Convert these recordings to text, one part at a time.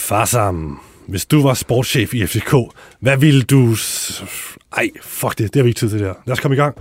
Farsam, hvis du var sportschef i FCK, hvad ville du... Ej, fuck det har vi ikke tid til det her. Lad os komme i gang.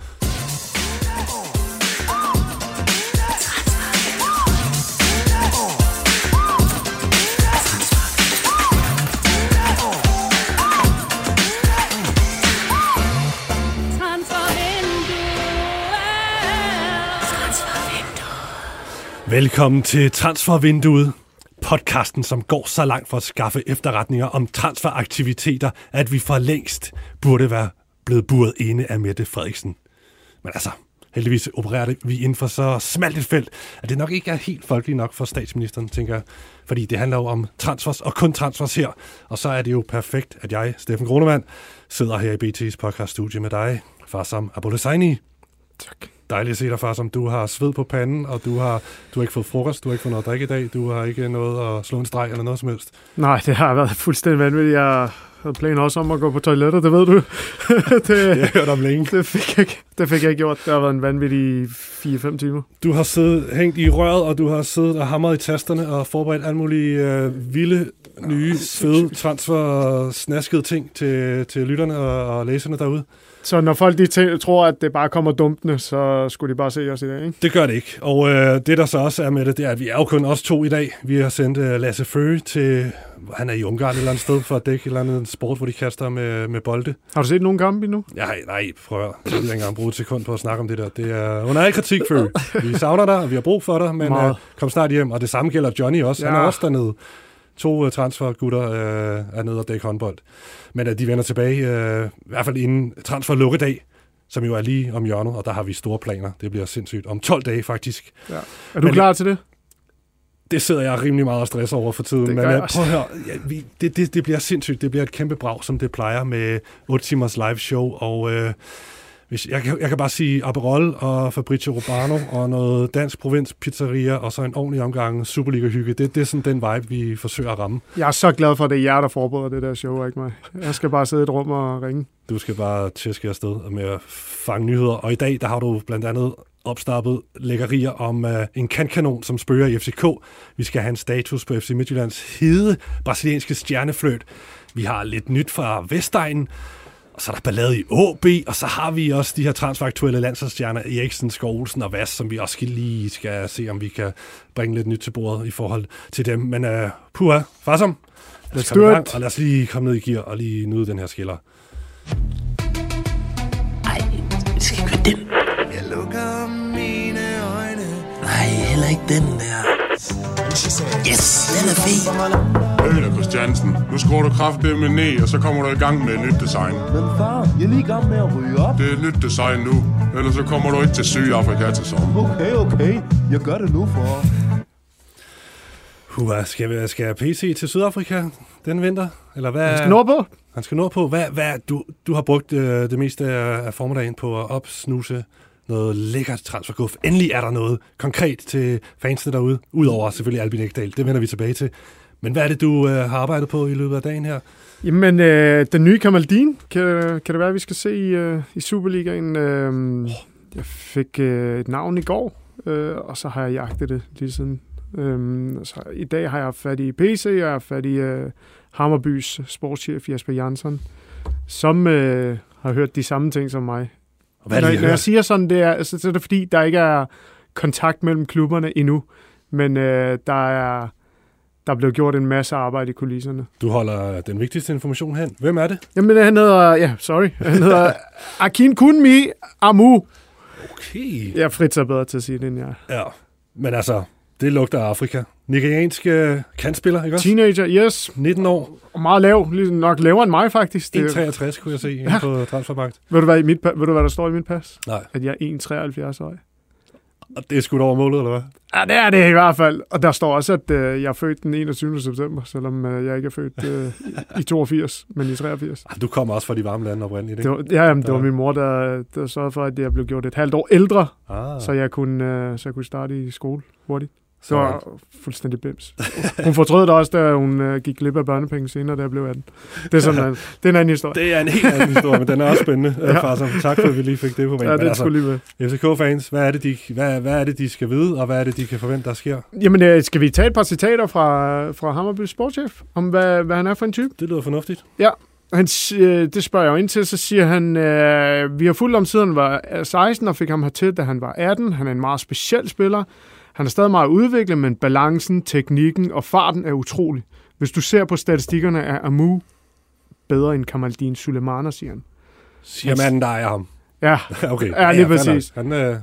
Velkommen til Transfervinduet, podcasten, som går så langt for at skaffe efterretninger om transferaktiviteter, at vi for længst burde være blevet buret inde af Mette Frederiksen. Men altså, heldigvis opererer vi inden for så smalt et felt, at det nok ikke er helt folkeligt nok for statsministeren, tænker jeg. Fordi det handler jo om transfers, og kun transfers her. Og så er det jo perfekt, at jeg, Steffen Gronemann, sidder her i BT's podcaststudie med dig, Farsam Abolhosseini. Tak. Dejligt at se dig, far, som du har sved på panden, og du har ikke fået frokost, du har ikke fået noget at drikke i dag, du har ikke noget at slå en streg eller noget som helst. Nej, det har været fuldstændig vanvittigt. Jeg havde planer også om at gå på toilettet, det ved du. Jeg har hørt om længe. Det fik jeg ikke gjort. Det har været en vanvittig 4-5 timer. Du har siddet hængt i røret, og du har siddet og hamret i tasterne og forberedt alle mulige vilde, nye, fede transfer-snaskede ting til lytterne og læserne derude. Så når folk tror, at det bare kommer dumpende, så skulle de bare se os i dag, ikke? Det gør det ikke. Og det, der så også er med det er, at vi er jo kun os to i dag. Vi har sendt Lasse Føge til... Han er i Ungarn et eller andet sted for at dække et eller andet sport, hvor de kaster med bolde. Har du set nogle kampe endnu? Nej, prøv at jeg vil ikke engang bruge et sekund på at snakke om det der. Det er under al kritik, Føge. Vi savner dig, og vi har brug for dig, men kom snart hjem. Og det samme gælder Johnny også. Ja. Han er også dernede. 2 transfergutter er nede og dække håndbold. Men de vender tilbage, i hvert fald inden transferlukkedag, som jo er lige om hjørnet, og der har vi store planer. Det bliver sindssygt. Om 12 dage, faktisk. Ja. Er du klar til det? Det sidder jeg rimelig meget og stresser over for tiden. Men prøv at høre, det bliver sindssygt. Det bliver et kæmpe brag, som det plejer med 8 timers live show, og... Jeg kan bare sige Aperol og Fabrizio Romano og noget dansk provins pizzeria og så en ordentlig omgang Superliga-hygge. Det er sådan den vibe, vi forsøger at ramme. Jeg er så glad for, at det er jer, der forbereder det der show, ikke mig. Jeg skal bare sidde i et rum og ringe. Du skal bare tæske afsted med at fange nyheder. Og i dag, der har du blandt andet opstartet lækkerier om en kantkanon, som spørger i FCK. Vi skal have en status på FC Midtjyllands hede brasilianske stjernefløjt. Vi har lidt nyt fra Vestegnen. Og så er der ballade i AB, og så har vi også de her transferaktuelle landsholdsstjerner, Eriksen, Skov Olsen og Vass, som vi også lige skal se, om vi kan bringe lidt nyt til bordet i forhold til dem. Men puha, Farsam, lad os komme i gang, og lad os lige komme ned i gear og lige nyde den her skiller. Ej, det skal ikke være den. Jeg lukker mine øjne. Nej, heller ikke den der. Yes, den er fed. Øl Christiansen, nu skruer du kraftedeme ned, og så kommer du i gang med et nyt design. Men far, jeg er lige i gang med at ryge op. Det er et nyt design nu, ellers så kommer du ikke til Sydafrika til sommer. Okay, jeg gør det nu for... Skal PC til Sydafrika den vinter? Eller hvad? Han skal nordpå. Han skal nordpå. Hvad du har brugt det meste af formiddagen på at opsnuse noget lækkert transferguf. Endelig er der noget konkret til fansene derude, udover selvfølgelig Albin Ekdal. Det vender vi tilbage til. Men hvad er det, du har arbejdet på i løbet af dagen her? Jamen, den nye Kamaldin, kan det være, vi skal se i Superligaen. Jeg fik et navn i går, og så har jeg jagtet det lige siden. Så i dag har jeg haft fat i PC, og jeg har fat i Hammerbys sportschef Jesper Jansson, som har hørt de samme ting som mig. Når jeg siger sådan, så er det fordi, der ikke er kontakt mellem klubberne endnu, men der blev gjort en masse arbejde i kulisserne. Du holder den vigtigste information hen. Hvem er det? Jamen, han hedder Akin Kunmi Amu. Okay. Jeg er bedre til at sige det, end jeg. Ja, men altså, det lugter af Afrika. Nigeriansk kantspiller, ikke også? Teenager, yes. 19 år. Og meget lav, nok lavere end mig faktisk. 1,63 kunne jeg se på Transfermarkt. Ved du, hvad der står i mit pas? Nej. At jeg er 1,73 høj. Og det er skudt over målet, eller hvad? Ja, det er det i hvert fald. Og der står også, at jeg er født den 21. september, selvom jeg ikke er født i 82, men i 83. Du kommer også fra de varme lande oprindeligt, ikke? Det var min mor, der sørgede for, at jeg blev gjort et halvt år ældre, så jeg kunne starte i skole hurtigt. Så var fuldstændig bims. Hun fortrød det også, da hun gik glip af børnepenge senere, da jeg blev 18. Det er sådan det er en anden historie. Det er en helt anden historie, men den er også spændende. Farsom. Tak for, at vi lige fik det på banen. Ja, det skulle lige med. FCK-fans, hvad er det, de skal vide, og hvad er det, de kan forvente, der sker? Jamen, skal vi tage et par citater fra Hammarby sportschef, om hvad han er for en type? Det lyder fornuftigt. Ja, det spørger jeg jo ind til, så siger han, vi har fulgt om siden han var 16 og fik ham hertil, da han var 18. Han er en meget speciel spiller. Han er stadig meget udviklet, men balancen, teknikken og farten er utrolig. Hvis du ser på statistikkerne, er Amu bedre end Kamaldeen Sulemana, siger han. Siger manden, der ejer ham. Ja, okay. Ja, lige præcis.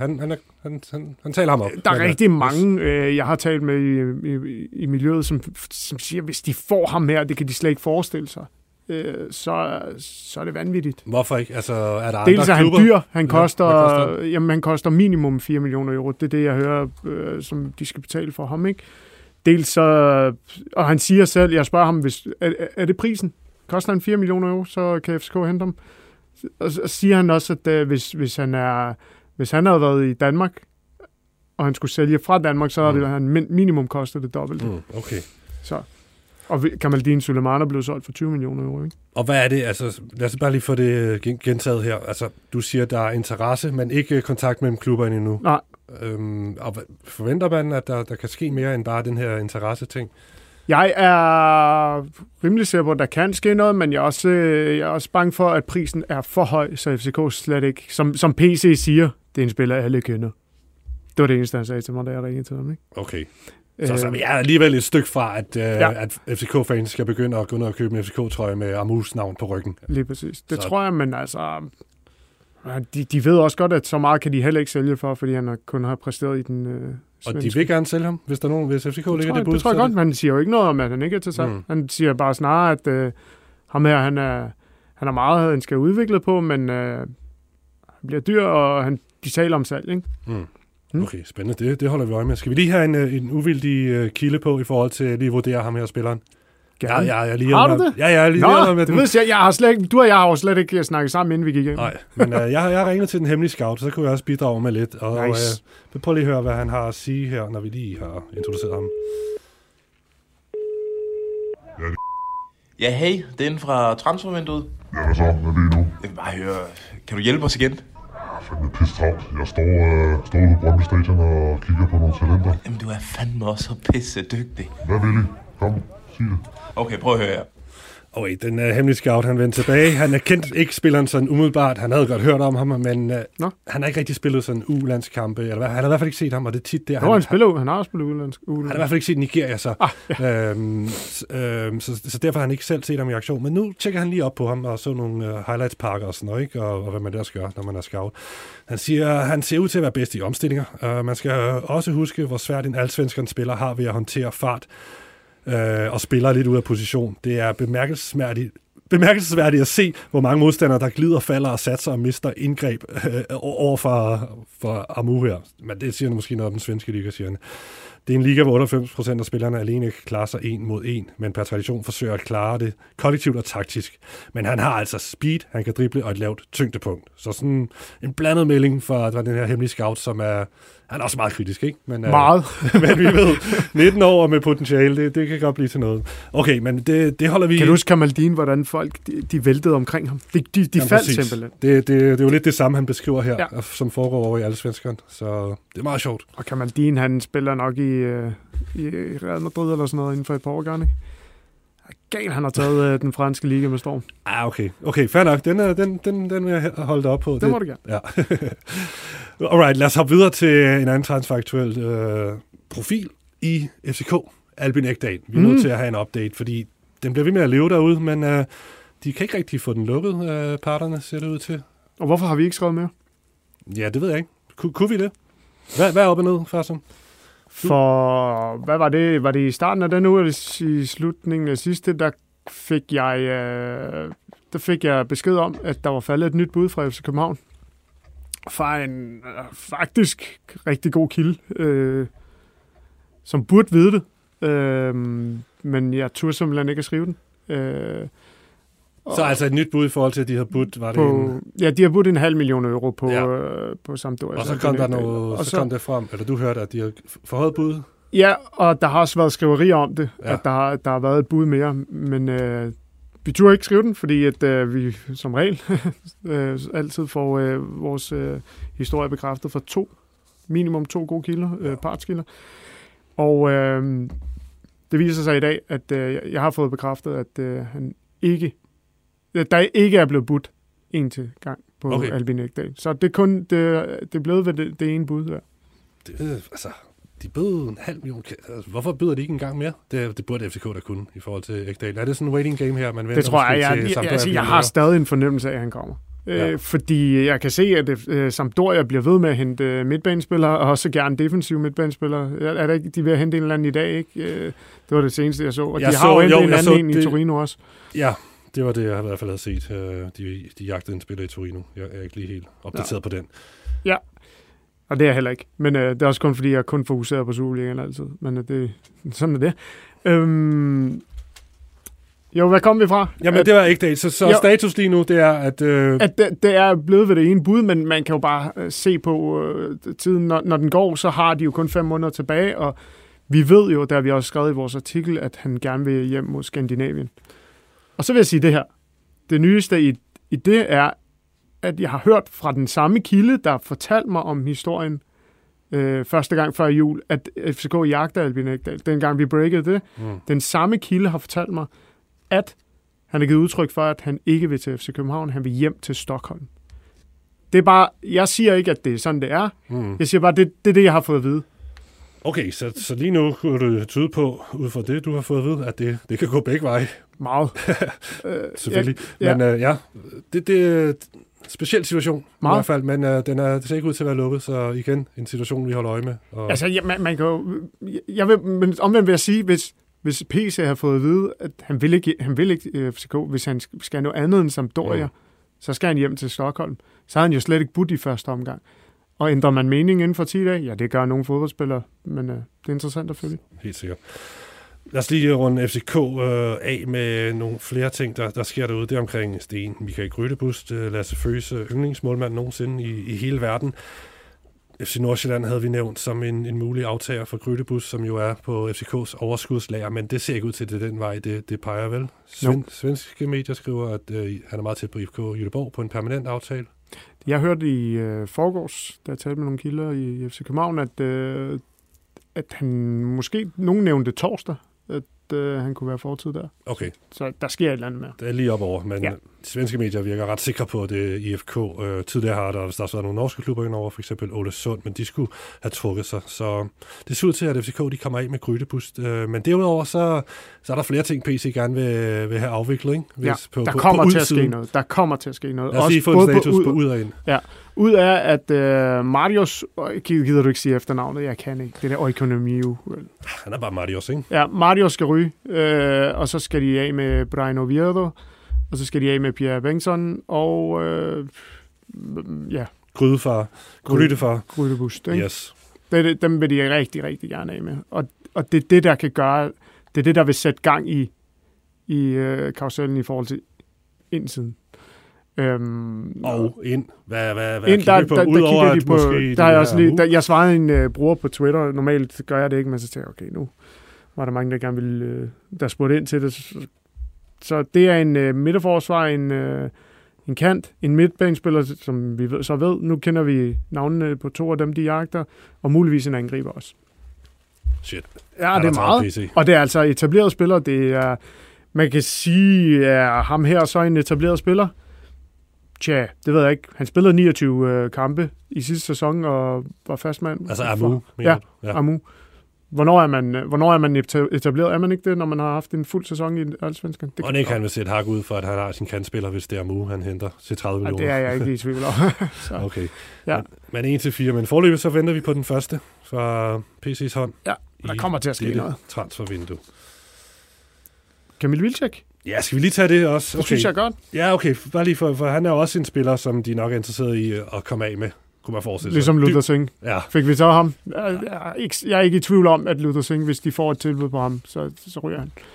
Han taler ham op. Der er rigtig mange, jeg har talt med i miljøet, som siger, hvis de får ham her, det kan de slet ikke forestille sig. Så er det vanvittigt. Hvorfor ikke? Altså, er der andre dels er han klubber? dyr. Han koster minimum 4 millioner euro. Det er det, jeg hører, som de skal betale for ham, ikke? Dels så... Og han siger selv, jeg spørger ham, er det prisen? Koster han 4 millioner euro, så kan FCK hente ham. Og så siger han også, at hvis han havde været i Danmark, og han skulle sælge fra Danmark, så havde han minimum kostet det dobbelte. Okay. Så... Og Kamaldeen Sulemana blev solgt for 20 millioner euro, ikke? Og hvad er det? Altså, lad os bare lige få det gentaget her. Altså, du siger, der er interesse, men ikke kontakt mellem klubberne endnu. Nej. Og forventer man, at der kan ske mere end bare den her interesse-ting? Jeg er rimelig sikker på, at der kan ske noget, men jeg er også bange for, at prisen er for høj, så FCK slet ikke, som PC siger, det er en spiller, alle kender. Det var det eneste, han sagde til mig, da jeg ringede til ham, ikke? Okay. Så vi er alligevel et stykke fra, at FCK-fans skal begynde at gå ned og købe en FCK-trøje med Amus navn på ryggen. Lige præcis. Det tror jeg, men altså... De ved også godt, at så meget kan de heller ikke sælge for, fordi han kun har præsteret i den svenske. Og de vil gerne sælge ham, hvis FCK ligger det bud? Det tror jeg godt, men han siger jo ikke noget om, at han ikke er til salg. Han siger bare snarere, at ham her, han er meget, han skal udvikle på, men han bliver dyr, og de taler om salg, ikke? Okay, spændende. Det holder vi øje med. Skal vi lige have en uvildig kilde på i forhold til at lige vurdere ham her spilleren? Ja, lige har du det? Ja, jeg er lige med det. Ved jeg har slet ikke, du og jeg har jo slet ikke snakket sammen, inden vi gik ind. Nej, men jeg har ringet til den hemmelige scout, så kunne jeg også bidrage med lidt. Og nice. Prøv lige at høre, hvad han har at sige her, når vi lige har introduceret ham. Ja, hey, det er inden fra transfervinduet. Ja, hvad så? Hvad vil I nu? Jeg vil bare høre, kan du hjælpe os igen? Jeg er fandme pisse travlt. Jeg står ude på Brøndby Stadion og kigger på nogle talenter. Jamen, du er fandme også så pisse dygtig. Hvad vil I? Kom, sig det. Okay, prøv at høre her. Okay, den hemmelige scout, han vendte tilbage. Han er kendt ikke spilleren sådan umiddelbart. Han havde godt hørt om ham, men han har ikke rigtig spillet sådan U-landskampe. Eller han har i hvert fald ikke set ham, og det er tit der. Han har spillet U-landskampe. Han har i hvert fald ikke set Nigeria, så. Så derfor har han ikke selv set ham i aktion. Men nu tjekker han lige op på ham, og så nogle highlights-pakker og sådan noget, ikke? Og hvad man ellers gør, når man er scout. Han ser ud til at være bedst i omstillinger. Man skal også huske, hvor svært en altsvenskeren spiller har ved at håndtere fart. Og spiller lidt ud af position. Det er bemærkelsesværdigt at se, hvor mange modstandere, der glider, falder og satser og mister indgreb over for Amu her. Men det siger måske noget om den svenske liga, siger han. Det er en liga, hvor 98% af spillerne alene klarer sig 1 mod 1, men per tradition forsøger at klare det kollektivt og taktisk. Men han har altså speed, han kan drible og et lavt tyngdepunkt. Så sådan en blandet melding fra den her hemmelige scout, som er... Han er også meget kritisk, ikke? Men, meget. Men vi ved, 19 år med potentiale, det kan godt blive til noget. Okay, men det holder vi... Kan du huske Kamaldeen, hvordan folk de væltede omkring ham? De faldt simpelthen. Det er jo lidt det samme, han beskriver her, som foregår over i Allsvenskan. Så det er meget sjovt. Og Kamaldeen, han spiller nok i Real Madrid eller sådan noget inden for et par år, ikke? Galt, han har taget den franske liga med storm. Okay, fair nok. Den vil jeg holde dig op på. Det må du gerne. Ja. Alright, lad os hoppe videre til en anden transfaktuel profil i FCK. Albin Ekdal. Vi er nødt til at have en update, fordi den bliver ved med at leve derude, men de kan ikke rigtig få den lukket, parterne ser det ud til. Og hvorfor har vi ikke skrevet mere? Ja, det ved jeg ikke. Kunne vi det? Hvad er op og ned, Farsom? For, hvad var det? Var det i starten af den uge, eller i slutningen af sidste, der fik jeg besked om, at der var faldet et nyt bud fra FC København. Fra en faktisk rigtig god kilde, som burde vide det. Men jeg turde simpelthen ikke at skrive den. Så altså et nyt bud i forhold til, at de har budt, var det Ja, de har budt 500.000 euro på Sampdoria. Og så kom der noget, så kom det frem, eller du hørte, at de har forhøjet bud? Ja, og der har også været skriverier om det, Ja. at der har været et bud mere, men vi turde ikke skrive den, fordi at vi som regel altid får vores historie bekræftet fra minimum 2 gode kilder, partskilder. Og det viser sig i dag, at jeg har fået bekræftet, at der ikke er blevet budt en til gang på Albin Ekdal. Så det er blevet ved det ene bud der. De bød 500.000. Altså, hvorfor byder de ikke en gang mere? Det burde FCK da kunne i forhold til Ekdal. Er det sådan en waiting game her, man venter? Det tror jeg har stadig en fornemmelse af, at han kommer. Ja. Fordi jeg kan se, at Sampdoria bliver ved med at hente midtbanespillere, og også gerne defensive midtbanespillere. Er der ikke, de vil hente en eller anden i dag, ikke? Det var det seneste, jeg så. Og de har jo hentet en anden i Torino også. Ja, det var det, jeg i hvert fald havde set. De jagtede en spiller i Torino. Jeg er ikke lige helt opdateret på den. Ja, og det er jeg heller ikke. Men det er også kun, fordi jeg kun fokuserer på Superligaen altid. Men sådan er det. Jo, hvad kom vi fra? Jamen, det var Ekdal. Så status lige nu, det er, at det er blevet ved det ene bud, men man kan jo bare se på tiden. Når den går, så har de jo kun 5 måneder tilbage, og vi ved jo, der vi også skrevet i vores artikel, at han gerne vil hjem mod Skandinavien. Og så vil jeg sige det her. Det nyeste i det er, at jeg har hørt fra den samme kilde, der fortalte mig om historien første gang før jul, at FCK jagter Albin Ekdal. Dengang vi breakede det. Den samme kilde har fortalt mig, at han har givet udtryk for, at han ikke vil til FC København, han vil hjem til Stockholm. Det er bare, jeg siger ikke, at det er sådan, det er. Jeg siger bare, det er det, jeg har fået at vide. Okay, så lige nu kunne du tyde på, ud fra det, du har fået at vide, at det kan gå begge veje. Meget. Selvfølgelig. Men det er en speciel situation meget. I hvert fald, men det ser ikke ud til at være lukket, så igen en situation, vi holder øje med. Og altså, man kan jo... men omvendt vil jeg sige, hvis PC har fået at vide, at han vil ikke FCK, hvis han skal noget andet end Sampdoria, så skal han hjem til Stockholm. Så har han jo slet ikke budt i første omgang. Og ændrer man mening inden for 10 dage? Ja, det gør nogle fodboldspillere, men det er interessant at følge. Helt sikkert. Lad os lige runde FCK af med nogle flere ting, der sker derude. Det er omkring Sten Michael Grydebust, Lasse Føse, yndlingsmålmand nogensinde i hele verden. FC Nordsjælland havde vi nævnt som en mulig aftager for Grydebust, som jo er på FCKs overskudslager, men det ser ikke ud til, det den vej, det peger vel. Svenske medier skriver, at han er meget tæt på IFK Göteborg på en permanent aftale. Jeg hørte i forgårs, da jeg talte med nogle kilder i FC København, at han måske, nogen nævnte torsdag, at han kunne være fortid der. Okay. Så der sker et eller andet med. Det er lige op over, men de svenske medier virker ret sikre på, at det IFK tidligere har der også været nogle norske klubber indover, for eksempel Ålesund, men de skulle have trukket sig. Så det ser ud til, at FCK de kommer af med Grydebust. Men derudover, så er der flere ting, PC gerne vil have afviklet, ikke? Hvis der kommer til at ske noget. Der kommer til at ske noget. Lad os lige få en status på ud og ind. Ja. Ud af, at Marius... Gider du ikke sige efternavnet? Jeg kan ikke. Det der Oikonomiu. Han er bare Marius, ikke? Ja, Marius skal ryge. Og så skal de af med Brian Oviedo. Og så skal de af med Pierre Bengtsson. Og... Grydebust, ikke? Yes. Dem vil de rigtig, rigtig gerne af med. Og det er det, der kan gøre... Det er det, der vil sætte gang i karusellen i forhold til indsiden. Og ind. Hvad ind, kigger vi på? Udover at på, måske... Der er også lige, jeg svarede en bruger på Twitter. Normalt gør jeg det ikke, men så tænker jeg, okay, nu var der mange, der gerne ville... der spurgte ind til det. Så det er en midterforsvar, en kant, en midtbanespiller, som vi så ved. Nu kender vi navnene på 2 af dem, de jagter, og muligvis en angriber også. Shit. Ja, det er meget. PC. Og det er altså etableret spiller. Det er, man kan sige, er ham her så en etableret spiller. Tja, det ved jeg ikke. Han spillede 29 kampe i sidste sæson og var fastmand. Altså Amu. Ja, Amu. Hvornår er man etableret? Er man ikke det, når man har haft en fuld sæson i Allsvenskan? Og det kan han vel sætte hak ud for, at han har sin kantspiller, hvis det er Amu, han henter til 30 millioner. Det er jeg ikke i tvivl om. Okay. Ja. Men 1-4. Men forløbet så venter vi på den første fra PC's hånd. Ja, der kommer til at ske noget. Transfervindue. Kamil Wilczek? Ja, skal vi lige tage det også? Det synes jeg godt. Ja, okay. Bare lige for han er også en spiller, som de nok er interesseret i at komme af med. Kunne man forestille sig. Ligesom Luther Singh. Ja. Fik vi så ham? Jeg er ikke i tvivl om, at Luther Singh, hvis de får et tilbud på ham, så ryger han.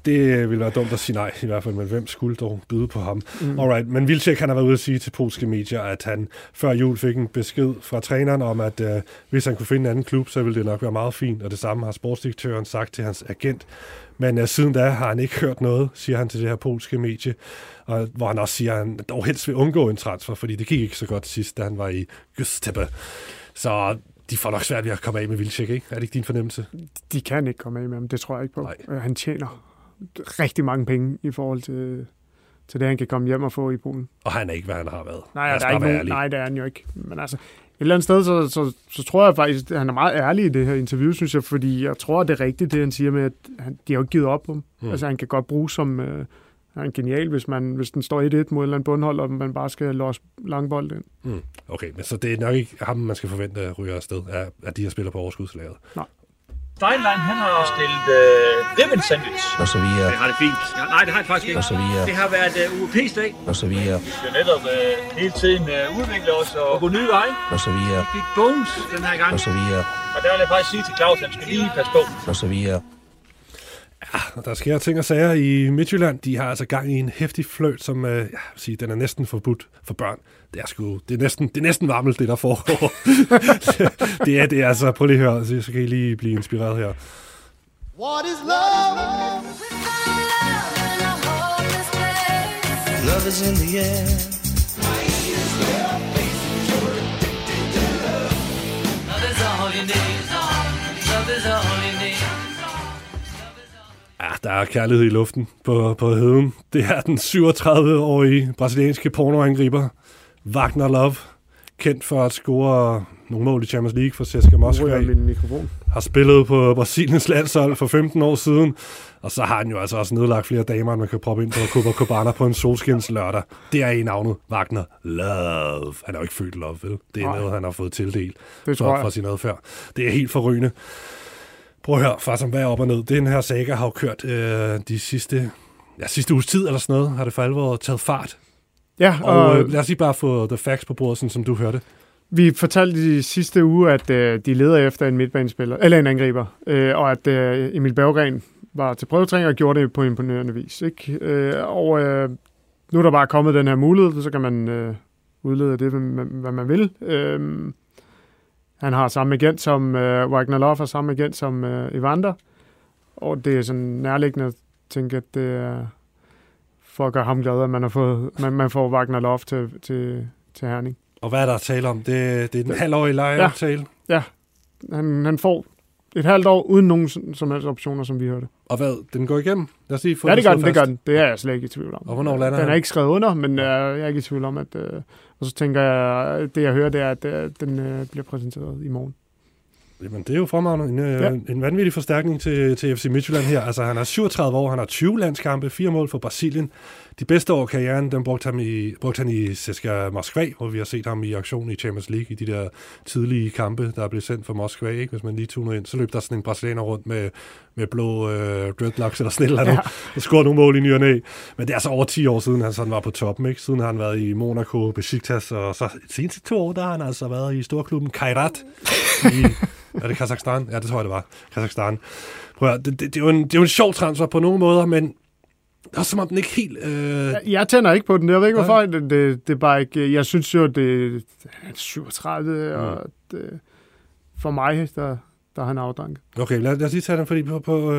Det ville være dumt at sige nej, i hvert fald, men hvem skulle dog byde på ham? Alright, men Wilczek, han har været ude at sige til polske medier, at han før jul fik en besked fra træneren om, at hvis han kunne finde en anden klub, så ville det nok være meget fint, og det samme har sportsdirektøren sagt til hans agent. Men siden da har han ikke hørt noget, siger han til det her polske medie, og hvor han også siger, at han dog helst vil undgå en transfer, fordi det gik ikke så godt sidst, da han var i Göztepe. Så de får nok svært ved at komme af med Wilczek, ikke? Er det ikke din fornemmelse? De kan ikke komme af med ham, det tror jeg ikke på. Nej. Han tjener rigtig mange penge i forhold til det, han kan komme hjem og få i Polen. Og han er ikke, hvad han har været. Nej, det er han jo ikke. Men altså, et eller andet sted, så tror jeg faktisk, at han er meget ærlig i det her interview, synes jeg, fordi jeg tror, det er rigtigt, det han siger med, at de har jo ikke givet op på ham. Altså, han kan godt bruge som... Han er genial, hvis den står 1-1 mod et eller andet bundhold, og man bare skal låse langbold ind. Okay, men så det er nok ikke ham, man skal forvente at ryge afsted, at de her spiller på overskudslaget. Nej. Steinlein, han har stillet ribbon sandwich. Og så videre. Det har det fint. Ja, nej, det har det faktisk ikke. Og så videre. Det har været UEP-dag. Og så videre. Vi skal netop hele tiden udvikle os og gå nye veje. Og så videre. Vi fik bones den her gang. Og så videre. Og der vil jeg faktisk sige til Claus, at han skal lige passe på. Og så videre. Ja, og der sker ting og sager i Midtjylland. De har altså gang i en heftig fløjt, som den er næsten forbudt for børn. Det er næsten varmelt, det der foregår. det er altså, prøv lige at høre, så kan I lige blive inspireret her. What is love? Love is in the air. Love is all you need. Love is all you need. Ja, der er kærlighed i luften på heden. Det er den 37-årige brasilianske pornoangriber Wagner Love, kendt for at score nogle mål i Champions League for CSKA Moskva. Har spillet på Brasiliens landshold for 15 år siden, og så har han jo altså også nedlagt flere damer, man kan proppe ind på Copacabana på en solskins lørdag. Det er i navnet Wagner Love. Han er jo ikke født Love, vel? Det er noget, han har fået tildelt for sin adfærd. Det er helt forrygende. Prøv at høre, far, som hvad er op og ned. Den her saga har jo kørt de sidste uges tid eller sådan noget, har det for alvor taget fart. Ja, og lad os lige bare få the facts på bordet, sådan som du hørte. Vi fortalte i sidste uge, at de leder efter en midtbanespiller, eller en angriber, og at Emil Berggren var til prøvetræning og gjorde det på imponerende vis. Ikke? Nu er der bare kommet den her mulighed, så kan man udlede det, hvad man vil. Han har samme agent som Wagner Love og samme agent som Evander, og det er sådan nærliggende at tænke, at det er for at gøre ham glad, at man får Wagner Love til Herning. Og hvad er der at tale om? Det er den halvårige lejeaftale? Ja. Han får et halvt år uden nogen som helst optioner, som vi hørte. Og hvad? Den går igennem? Lad os lige få det gør den. Det er jeg slet ikke i tvivl om. Og hvornår lander den er ikke skrevet under, men jeg er ikke i tvivl om, at... og så tænker jeg, det jeg hører, det er, at den bliver præsenteret i morgen. Jamen, det er jo fremragende. En vanvittig forstærkning til FC Midtjylland her. Altså, han er 37 år, han har 20 landskampe, 4 mål for Brasilien. De bedste år af karrieren, den brugte han i CSKA Moskva, hvor vi har set ham i aktion i Champions League, i de der tidlige kampe, der er blevet sendt fra Moskva, ikke? Hvis man lige tuner ind. Så løb der sådan en brasilianer rundt med blå dreadlocks eller sådan et eller andet, og scorede nogle mål i ny og næ. Men det er altså over 10 år siden, han sådan var på toppen, ikke? Siden har han været i Monaco, Besiktas, og så de seneste 2 år, der har han altså været i storklubben Kairat i... Er det Kazakhstan? Ja, det tror jeg, det var. Kazakhstan. Prøv at, det er jo en sjov transfer på nogle måder, men det er som om den ikke helt... Jeg tænder ikke på den. Jeg ved ikke, hvorfor. Det er bare ikke... Jeg synes jo, det er 37, og for mig, der er han afdanket. Okay, lad os lige tage den, fordi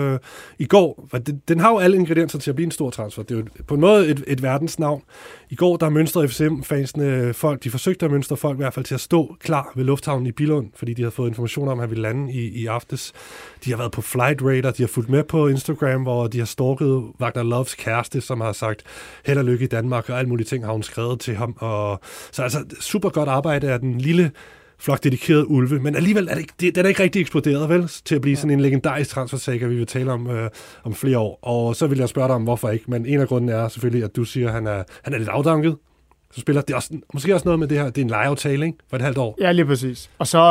i går... Den har jo alle ingredienser til at blive en stor transfer. Det er jo på en måde et verdensnavn. I går, der mønstrede FCM-fansene folk. De forsøgte at mønstre folk i hvert fald til at stå klar ved lufthavnen i Billund, fordi de havde fået information om, at han ville lande i aftes. De har været på Flight Radar, de har fulgt med på Instagram, hvor de har stalket Wagner Loves kæreste, som har sagt held og lykke i Danmark, og alle mulige ting har hun skrevet til ham. Så altså, super godt arbejde af den lille flok dedikerede ulve, men alligevel den er ikke rigtig eksploderet, vel, til at blive sådan en legendarisk transfersaga, vi vil tale om flere år. Og så vil jeg spørge dig om, hvorfor ikke, men en af grunden er selvfølgelig, at du siger, at han er lidt afdanket. Så spiller det også, måske også noget med det her, det er en lejeaftale, ikke? For et halvt år. Ja, lige præcis. Og så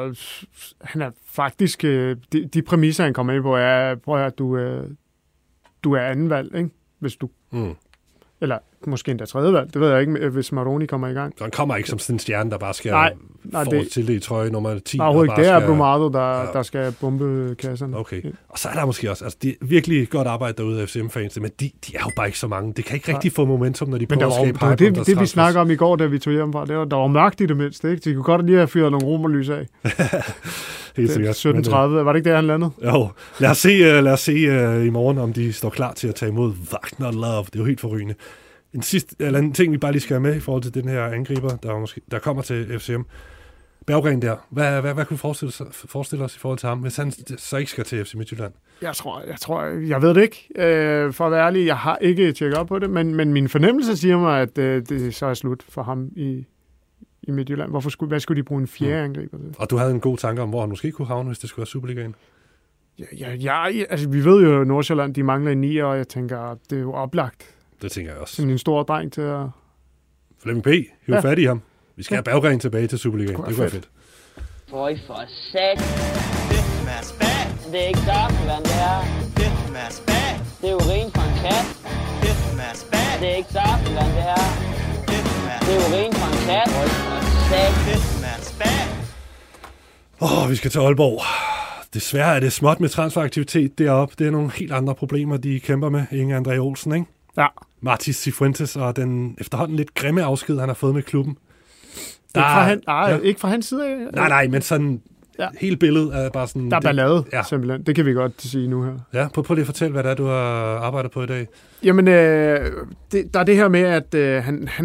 han er faktisk, de præmisser, han kommer ind på, er, prøv at høre, du er anden valg, ikke? Hvis du... Eller måske endda tredje valg. Det ved jeg ikke, hvis Maroni kommer i gang. Så han kommer ikke som sådan en stjerne, der bare skal få til det i trøje nummer 10. Overhovedet ikke. Det er Brumado, der skal bombe kasserne. Okay. Og så er der måske også, altså det er virkelig godt arbejde derude af FCM-fans, men de er jo bare ikke så mange. Det kan ikke rigtig få momentum, når de prøver at skabe hype. Det vi snakker om i går, da vi tog hjem fra, der var mørkt i det mindste, ikke? De kunne godt lige have fyret nogle romerlys af. Helt sikkert. 17:30. Var det ikke det, han landede? Jo. Lad os se i morgen, om de står klar til at tage imod Wagner Love. Det er jo helt forrygende. En ting, vi bare lige skal have med i forhold til den her angriber, der kommer til FCM. Berggren der. Hvad kunne du forestille os i forhold til ham, hvis han så ikke skal til FC Midtjylland? Jeg ved det ikke. For at være ærlig, jeg har ikke tjekket op på det, men min fornemmelse siger mig, at det så er slut for ham i Midtjylland. Hvad skulle de bruge en fjerde angriber til? Og du havde en god tanke om, hvor han måske kunne havne, hvis det skulle være Superligaen? Ja, altså vi ved jo, at Nordsjælland, de mangler en 9'er, og jeg tænker, det er jo oplagt. Det tænker jeg også. Sådan en stor dreng til at... Flemming P. Hiv fat i ham. Vi skal have Berggren tilbage til Superligaen. Det kunne være fedt. Føj for sat. Det er ikke saftevand, det her. Det er urin fra en kat. Det er ikke saftevand, det her. Det er urin fra en kat. Føj for sat. Vi skal til Aalborg. Desværre er det småt med transferaktivitet deroppe. Det er nogle helt andre problemer, de kæmper med. Inge André Olsen, ikke? Ja. Martis Cifuentes og den efterhånden lidt grimme afsked, han har fået med klubben. Ikke fra hans side af? Nej, men sådan hele billedet er bare sådan... Der er ballade, simpelthen. Det kan vi godt sige nu her. Ja, prøv lige at fortælle, hvad det er, du har arbejdet på i dag. Jamen, der er det her med, at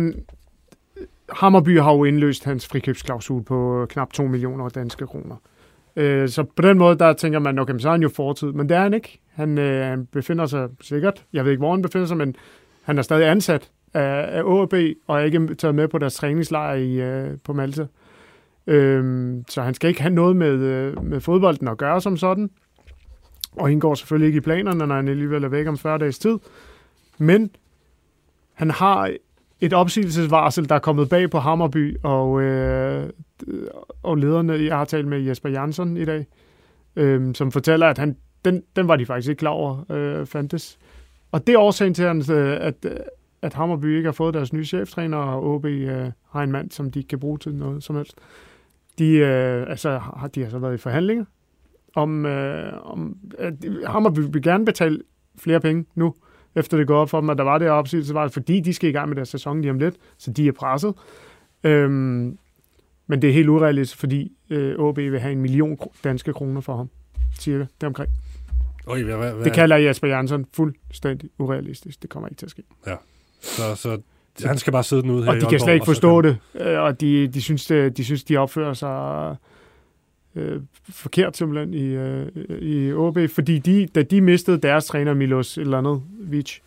Hammarby har jo indløst hans frikøbsklausul på knap 2 millioner danske kroner. Så på den måde, der tænker man, okay, så er han jo fortid. Men det er han ikke. Han befinder sig sikkert, jeg ved ikke, hvor han befinder sig, men han er stadig ansat af AaB, og er ikke taget med på deres træningslejr på Malta. Så han skal ikke have noget med fodbolden at gøre som sådan. Og indgår selvfølgelig ikke i planerne, når han alligevel er væk om 40 dages tid. Men han har et opsigelsesvarsel, der er kommet bag på Hammarby, og lederne, jeg har talt med Jesper Jansson i dag, som fortæller, at den var de faktisk ikke klar over, fandtes. Og det er årsagen til, at Hammarby ikke har fået deres nye cheftræner, og OB har en mand, som de ikke kan bruge til noget som helst. De har så været i forhandlinger om at Hammarby vil gerne betale flere penge nu, efter det går op for dem, at der var det opsigelsesvarsel, fordi de skal i gang med deres sæson lige om lidt, så de er presset. Men det er helt urealistisk, fordi OB vil have 1 million danske kroner for ham, cirka, deromkring. Det kalder Jesper Jansson fuldstændig urealistisk. Det kommer ikke til at ske. Ja, så han skal bare sidde den ud her. Og de kan slet ikke forstå det, og de synes, de opfører sig forkert simpelthen i OB, fordi da de mistede deres træner Milos Ilanovic,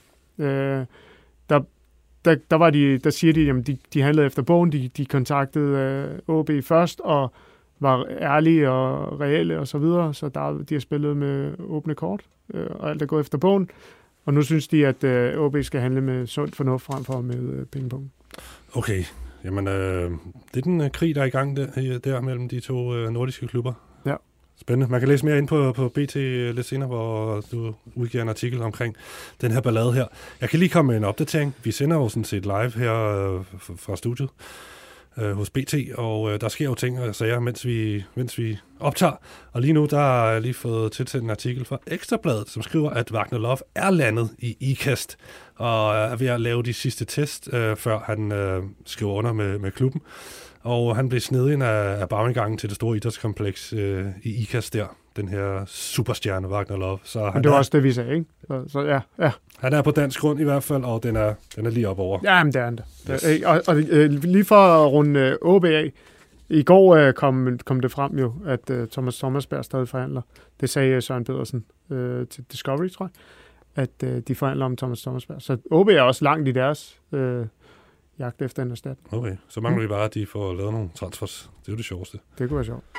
der siger de, jamen de handlede efter bogen, de kontaktede OB først, og var ærlige og reelle og så videre, så de har spillet med åbne kort, og alt er gået efter bogen, og nu synes de, at OB skal handle med sund fornuft frem for med pingpong. Okay, jamen det er den krig, der er i gang der mellem de to nordiske klubber. Ja. Spændende. Man kan læse mere ind på BT lidt senere, hvor du udgiver en artikel omkring den her ballade her. Jeg kan lige komme med en opdatering. Vi sender jo sådan set live her fra studiet hos BT, og der sker jo ting og sager, mens vi optager. Og lige nu, der har jeg lige fået tilsendt en artikel fra Ekstrabladet, som skriver, at Wagner Love er landet i IKAST, og er ved at lave de sidste test, før han skriver under med klubben. Og han blev snedet ind af bagindgangen til det store idrætskompleks i IKAST der, den her superstjerne Wagner Love. Så det var også det, vi sagde, ikke? Så ja. Han er på dansk grund i hvert fald, og den er lige op over. Ja, men det er han da. Yes. Og lige for at runde OB af, i går kom det frem jo, at Thomas Sommersberg stadig forhandler. Det sagde Søren Pedersen til Discovery, tror jeg, at de forhandler om Thomas Sommersberg. Så OB er også langt i deres jagt efter en erstatning. Okay, så mangler vi bare, at de får lavet nogle transfers. Det er jo det sjoveste. Det kunne være sjovt.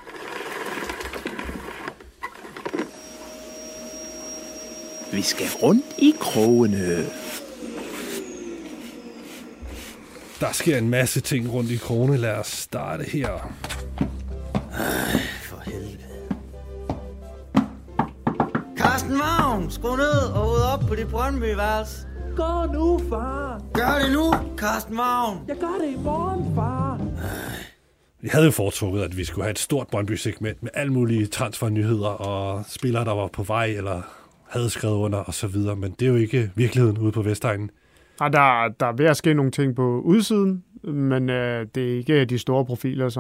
Vi skal rundt i krogene. Der sker en masse ting rundt i krogene. Lad os starte her. For helvede. Carsten Vagn, skru ned og ud op på dit Brøndby-værelse. går nu, far. Gør det nu, Carsten Vagn. Jeg gør det i morgen, far. Vi havde jo foretrukket, at vi skulle have et stort Brøndby-segment med alle mulige transfernyheder og spillere, der var på vej eller havde skrevet under og så videre, men det er jo ikke virkeligheden ude på Vestegnen. Nej, der er ved at ske nogle ting på udsiden, men det er ikke de store profiler,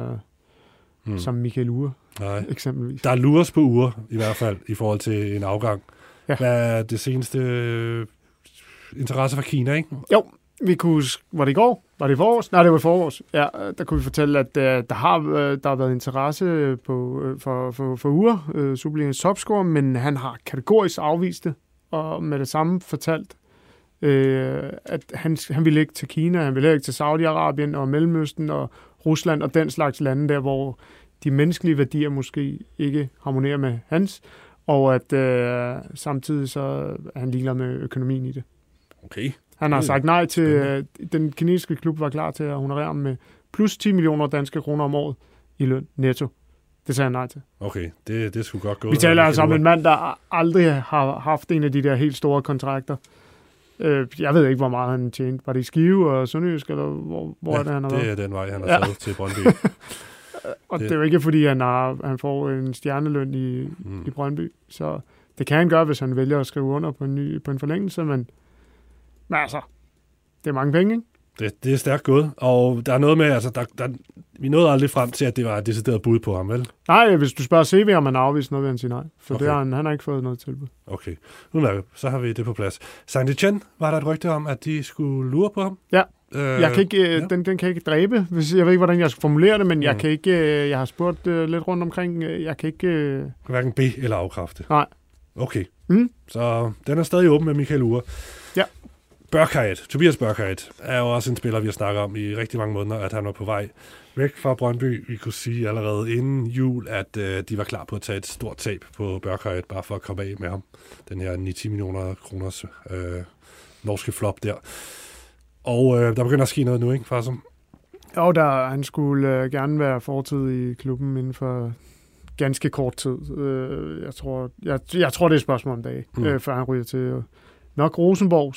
som Michael Uhre, eksempelvis. Der er lures på Uhre, i hvert fald, i forhold til en afgang. Ja. Hvad er det seneste interesse fra Kina, ikke? Jo, vi kunne, var det i går? Var det i forårs? Nej, det var i forårs. Ja, der kunne vi fortælle, at der har været interesse for Uhre, Superligaens topscorer, men han har kategorisk afvist det, og med det samme fortalt, at han ville ikke til Kina, han ville ikke til Saudi-Arabien og Mellemøsten og Rusland og den slags lande der, hvor de menneskelige værdier måske ikke harmonerer med hans, og at samtidig så er han ligeglad med økonomien i det. Okay. Han har sagt nej til, den kinesiske klub var klar til at honorere ham med plus 10 millioner danske kroner om året i løn netto. Det sagde han nej til. Okay, det skulle godt gå. Vi taler altså om en mand, der aldrig har haft en af de der helt store kontrakter. Jeg ved ikke, hvor meget han tjente. Var det i Skive og Sønderjysk, eller hvor er det, han har været? Det er den vej, han har taget til Brøndby. Og det er jo ikke, fordi han får en stjerneløn i Brøndby. Så det kan han gøre, hvis han vælger at skrive under på en forlængelse, men altså, det er mange penge, ikke? Det er stærkt gået, og der er noget med, altså, vi nåede aldrig frem til, at det var et decideret bud på ham, vel? Nej, hvis du spørger CV, om han har afvist noget, vil han sige nej. For okay. Han har ikke fået noget tilbud. Okay, så har vi det på plads. Saint-Etienne, var der et rygte om, at de skulle lure på ham? Ja, jeg kan ikke, den kan jeg ikke dræbe. Jeg ved ikke, hvordan jeg skal formulere det, men jeg kan ikke, jeg har spurgt lidt rundt omkring, jeg kan ikke... Hverken be- eller afkræfte? Nej. Okay, så den er stadig åben med Michael Uhre. Ja. Tobias Børkhardt er jo også en spiller, vi har snakket om i rigtig mange måneder, at han var på vej væk fra Brøndby. Vi kunne sige allerede inden jul, at de var klar på at tage et stort tab på Børkhardt, bare for at komme af med ham. Den her 9-10 millioner kroners norske flop der. Og der begynder at ske noget nu, ikke, Farsom? Jo, han skulle gerne være fortid i klubben inden for ganske kort tid. Jeg tror, det er et spørgsmål om dage, før han ryger til... Nok Rosenborg,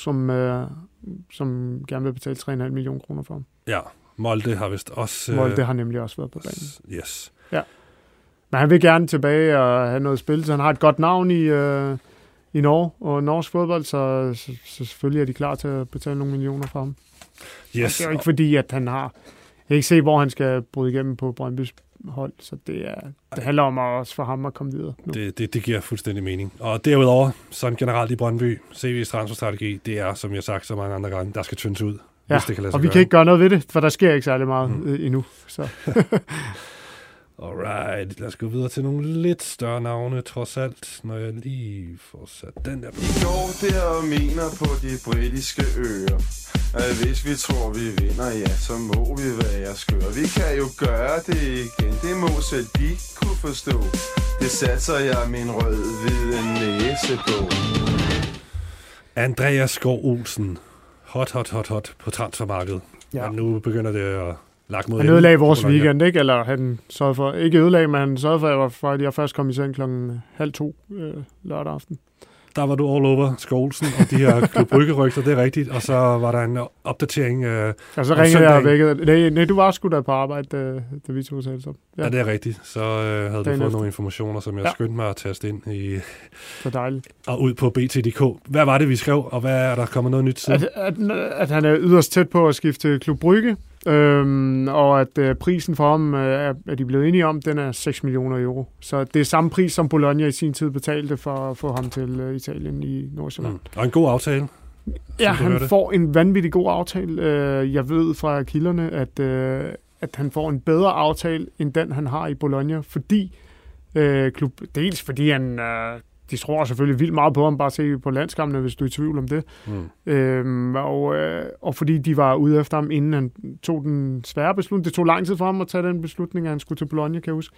som gerne vil betale 3,5 millioner kroner for ham. Ja, Molde har vist også... Molde har nemlig også været på banen. Yes. Ja. Men han vil gerne tilbage og have noget spil, så han har et godt navn i Norge og norsk fodbold, så selvfølgelig er de klar til at betale nogle millioner for ham. Yes. Det er jo ikke fordi, at han har... Jeg kan ikke se, hvor han skal bryde igennem på Brøndbys hold, så det handler om også for ham at komme videre nu. Det giver fuldstændig mening. Og derudover, sådan generelt i Brøndby, CV's transferstrategi, det er, som jeg har sagt så mange andre gange, der skal tyndes ud, hvis det kan lade sig og vi kan ikke gøre noget ved det, for der sker ikke særlig meget endnu. Så. Alright, lad os gå videre til nogle lidt større navne, trods alt, når jeg lige får sat den der på. I går der og mener på de britiske øer, at hvis vi tror vi vinder, ja, så må vi være skøre. Vi kan jo gøre det igen, det må selv de kunne forstå. Det satser jeg min rød-hvide næse på. Andreas Skov Olsen, hot på transfermarkedet. Ja. Og nu begynder det at lagt mod... Han ødelagde vores weekend, ikke? Eller han sørgede for... Ikke ødelagde, men han sørgede for, at jeg først kom i seng 1:30 lørdag aften. Der var du all over Skålsen og de her Klub Brygge-rygter, det er rigtigt. Og så var der en opdatering og så ringede jeg væk. Nej, du var sgu da på arbejde, da vi tog talt op. Ja, det er rigtigt. Så havde du fået nogle informationer, som jeg skyndte mig at taste ind i... Så dejligt. Og ud på BT.dk. Hvad var det, vi skrev, og hvad er der kommet noget nyt siden? At han er yderst tæt på at skifte til Klub Brygge, og at prisen for ham, er de blevet enige om, den er 6 millioner euro. Så det er samme pris, som Bologna i sin tid betalte for at få ham til Italien i Nordsjælland. Og en god aftale. Ja, han får en vanvittig god aftale. Jeg ved fra kilderne, at han får en bedre aftale, end den han har i Bologna, fordi dels fordi han... de tror selvfølgelig vildt meget på ham, bare se på landskampene, hvis du er i tvivl om det. Og fordi de var ude efter ham, inden han tog den svære beslutning. Det tog lang tid for ham at tage den beslutning, at han skulle til Bologna, kan jeg huske.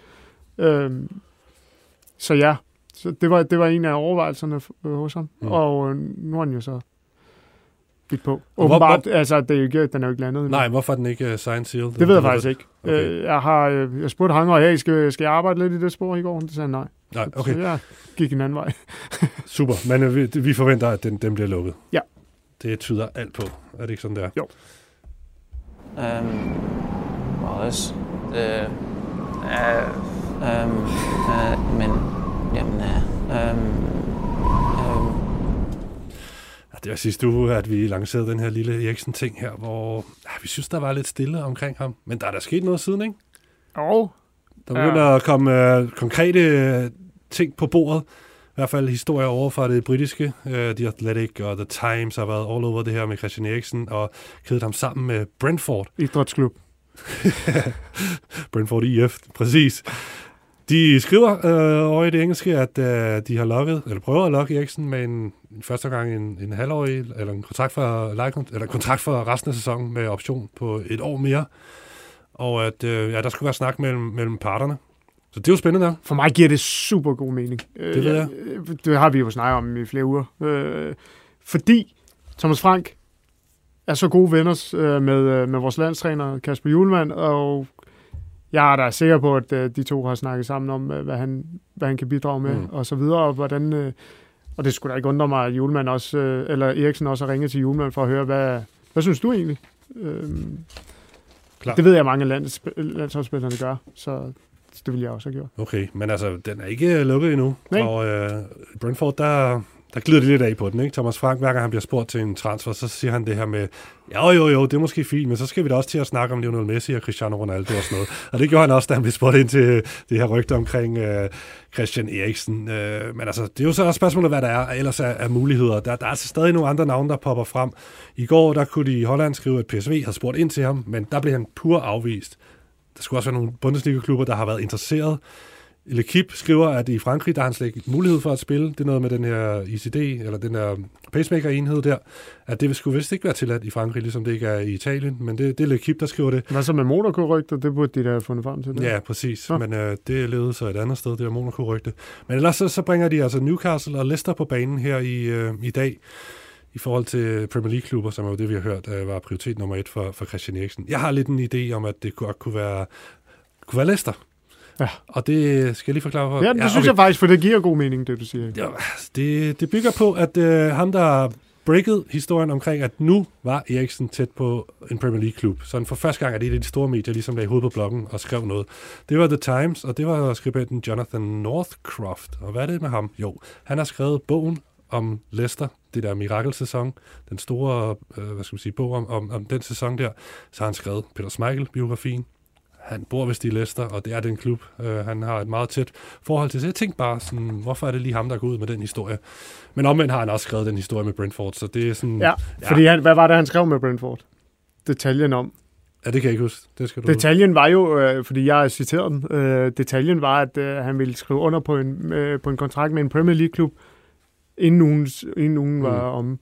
Så ja, så det var en af overvejelserne hos ham. Og nu er han jo så bidt på. Åbenbart, altså, den er jo ikke landet. Nej, hvorfor er den ikke signed sealed? Det ved jeg faktisk ikke. Okay. Jeg spurgte Hanger, hey, skal jeg arbejde lidt i det spor i går? Det sagde nej. Nej, okay. Så jeg gik en anden vej. Super, men vi forventer, at den bliver lukket. Ja. Det tyder alt på. Er det ikke sådan, der? Jo. Morris. Men... Jamen... Det var sidste uge, at vi lancerede den her lille Eriksen-ting her, hvor vi synes, der var lidt stille omkring ham. Men der er sket noget siden, ikke? Jo. Der begynder at komme konkrete ting på bordet. I hvert fald historier over fra det britiske. The Athletic og The Times har været all over det her med Christian Eriksen og kædet ham sammen med Brentford. Idrætsklub. Brentford IF, præcis. De skriver over i det engelske, at de har prøver at lokke Eriksen med en første gang en halvårig, eller en kontrakt for resten af sæsonen med option på 1 år mere. Og at der skulle være snak mellem parterne. Så det er jo spændende. For mig giver det super god mening. Det ved jeg. Det har vi jo snakket om i flere uger. Fordi Thomas Frank er så gode venner med vores landstræner Kasper Hjulmand, og jeg er da sikker på, at de to har snakket sammen om, hvad han kan bidrage med, og så videre, og hvordan... Og det skulle da ikke undre mig, at Hjulmand også, eller Eriksen også har ringet til Hjulmand for at høre, hvad synes du egentlig? Det ved jeg, mange landsholdsspillerne gør, så det vil jeg også have gjort. Okay, men altså, den er ikke lukket endnu. Nej. Og Brentford, der glider det lidt af på den, ikke? Thomas Frank, hver gang han bliver spurgt til en transfer, så siger han det her med, jo, det er måske fint, men så skal vi da også til at snakke om Lionel Messi og Cristiano Ronaldo og sådan noget. Og det gjorde han også, da han blev spurgt ind til det her rygte omkring Christian Eriksen. Men altså, det er jo så også spørgsmålet, hvad der er ellers af muligheder. Der er altså stadig nogle andre navne, der popper frem. I går, der kunne de i Holland skrive, at PSV havde spurgt ind til ham, men der blev han pur afvist. Der skulle også være nogle Bundesliga-klubber, der har været interesseret. L'Equipe skriver, at i Frankrig, der har han slet ikke mulighed for at spille. Det er noget med den her ICD, eller den her pacemaker-enhed der, at det skulle vist ikke være tilladt i Frankrig, ligesom det ikke er i Italien, men det er L'Equipe, der skriver det. Hvad så med Monaco-rygter? Det burde de da have fundet frem til. Det. Ja, præcis. Ja. Men det levede så et andet sted, det er Monaco-rygte. Men ellers så bringer de altså Newcastle og Leicester på banen her i dag, i forhold til Premier League-klubber, som er jo det, vi har hørt, var prioritet nummer 1 for Christian Eriksen. Jeg har lidt en idé om, at det godt kunne være Leicester. Ja. Og det skal jeg lige forklare for. Ja, det synes jeg faktisk, for det giver god mening, det du siger. Ja, det bygger på, at ham, der har breaket historien omkring, at nu var Eriksen tæt på en Premier League-klub. Så for første gang er det de store medier, ligesom lagde hovedet på bloggen og skrev noget. Det var The Times, og det var skribenten Jonathan Northcroft. Og hvad er det med ham? Jo, han har skrevet bogen om Leicester, det der mirakelsæson, den store, bog om den sæson der. Så har han skrevet Peter Schmeichel-biografien. Han bor vist i Leicester, og det er den klub, han har et meget tæt forhold til. Så jeg tænkte bare sådan, hvorfor er det lige ham, der går ud med den historie? Men omvendt har han også skrevet den historie med Brentford, så det er sådan... Ja, fordi hvad var det, han skrev med Brentford? Detaljen om. Ja, det kan jeg ikke huske. Det skal du detaljen var jo, fordi jeg har citeret den, detaljen var, at han ville skrive under på en kontrakt med en Premier League-klub, inden ugen var om.